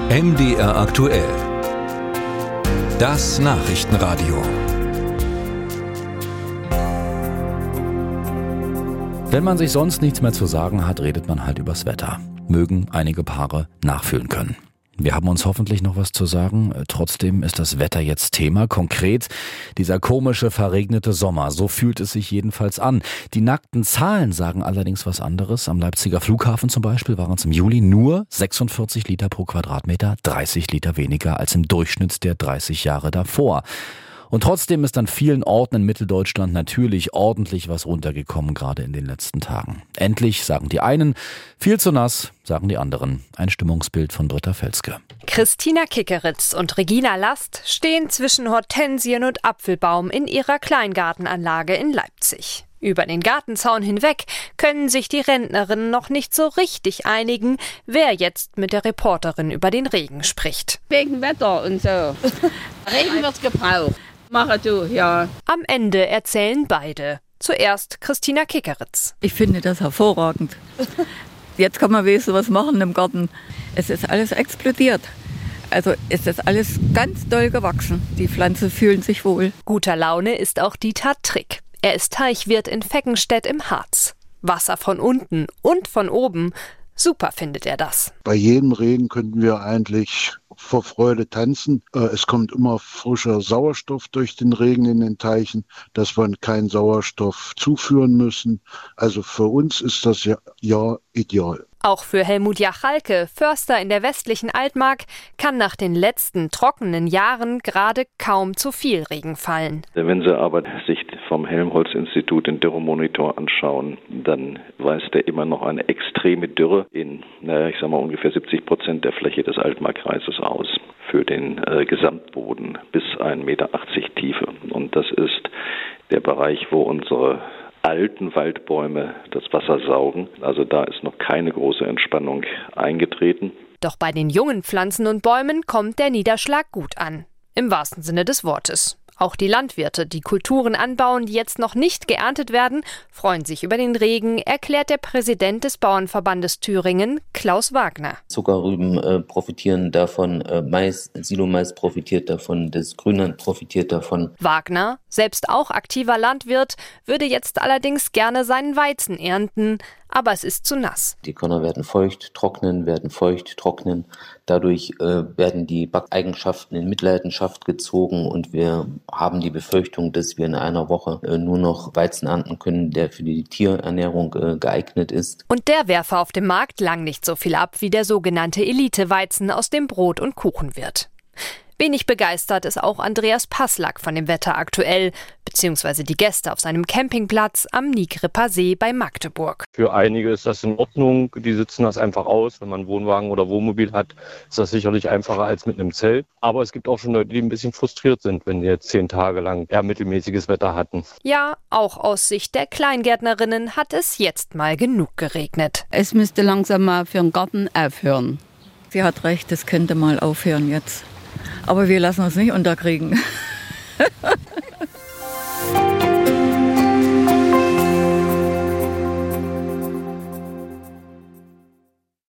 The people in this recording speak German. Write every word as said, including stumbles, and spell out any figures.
M D R aktuell. Das Nachrichtenradio. Wenn man sich sonst nichts mehr zu sagen hat, redet man halt übers Wetter. Mögen einige Paare nachfühlen können. Wir haben uns hoffentlich noch was zu sagen. Trotzdem ist das Wetter jetzt Thema. Konkret dieser komische, verregnete Sommer. So fühlt es sich jedenfalls an. Die nackten Zahlen sagen allerdings was anderes. Am Leipziger Flughafen zum Beispiel waren es im Juli nur sechsundvierzig Liter pro Quadratmeter, dreißig Liter weniger als im Durchschnitt der dreißig Jahre davor. Und trotzdem ist an vielen Orten in Mitteldeutschland natürlich ordentlich was runtergekommen, gerade in den letzten Tagen. Endlich, sagen die einen, viel zu nass, sagen die anderen. Ein Stimmungsbild von Britta Felske. Christina Kickeritz und Regina Last stehen zwischen Hortensien und Apfelbaum in ihrer Kleingartenanlage in Leipzig. Über den Gartenzaun hinweg können sich die Rentnerinnen noch nicht so richtig einigen, wer jetzt mit der Reporterin über den Regen spricht. Wegen Wetter und so. Regen wird gebraucht. Mache du, ja. Am Ende erzählen beide. Zuerst Christina Kickeritz. Ich finde das hervorragend. Jetzt kann man wenigstens was machen im Garten. Es ist alles explodiert. Also ist das alles ganz doll gewachsen. Die Pflanzen fühlen sich wohl. Guter Laune ist auch Dieter Trick. Er ist Teichwirt in Feckenstedt im Harz. Wasser von unten und von oben. Super findet er das. Bei jedem Regen könnten wir eigentlich vor Freude tanzen. Es kommt immer frischer Sauerstoff durch den Regen in den Teichen, dass wir keinen Sauerstoff zuführen müssen. Also für uns ist das ja, ja ideal. Auch für Helmut Jachalke, Förster in der westlichen Altmark, kann nach den letzten trockenen Jahren gerade kaum zu viel Regen fallen. Wenn Sie aber sich vom Helmholtz-Institut den Dürremonitor anschauen, dann weist er immer noch eine extreme Dürre in, naja, ich sag mal, ungefähr siebzig Prozent der Fläche des Altmarkkreises aus für den äh, Gesamtboden bis ein Meter achtzig Tiefe. Und das ist der Bereich, wo unsere alten Waldbäume das Wasser saugen. Also da ist noch keine große Entspannung eingetreten. Doch bei den jungen Pflanzen und Bäumen kommt der Niederschlag gut an. Im wahrsten Sinne des Wortes. Auch die Landwirte, die Kulturen anbauen, die jetzt noch nicht geerntet werden, freuen sich über den Regen, erklärt der Präsident des Bauernverbandes Thüringen, Klaus Wagner. Zuckerrüben äh, profitieren davon, äh, Mais, Silomais profitiert davon, das Grünland profitiert davon. Wagner, selbst auch aktiver Landwirt, würde jetzt allerdings gerne seinen Weizen ernten, aber es ist zu nass. Die Körner werden feucht, trocknen, werden feucht, trocknen. Dadurch äh, werden die Backeigenschaften in Mitleidenschaft gezogen und wir haben die Befürchtung, dass wir in einer Woche äh, nur noch Weizen ernten können, der für die Tierernährung äh, geeignet ist. Und der werfe auf dem Markt lang nicht so viel ab wie der sogenannte Elite-Weizen aus dem Brot- und Kuchenwirt. Wenig begeistert ist auch Andreas Passlack von dem Wetter aktuell, beziehungsweise die Gäste auf seinem Campingplatz am Nigripper See bei Magdeburg. Für einige ist das in Ordnung, die sitzen das einfach aus. Wenn man einen Wohnwagen oder Wohnmobil hat, ist das sicherlich einfacher als mit einem Zelt. Aber es gibt auch schon Leute, die ein bisschen frustriert sind, wenn die jetzt zehn Tage lang eher mittelmäßiges Wetter hatten. Ja, auch aus Sicht der Kleingärtnerinnen hat es jetzt mal genug geregnet. Es müsste langsam mal für den Garten aufhören. Sie hat recht, es könnte mal aufhören jetzt. Aber wir lassen uns nicht unterkriegen.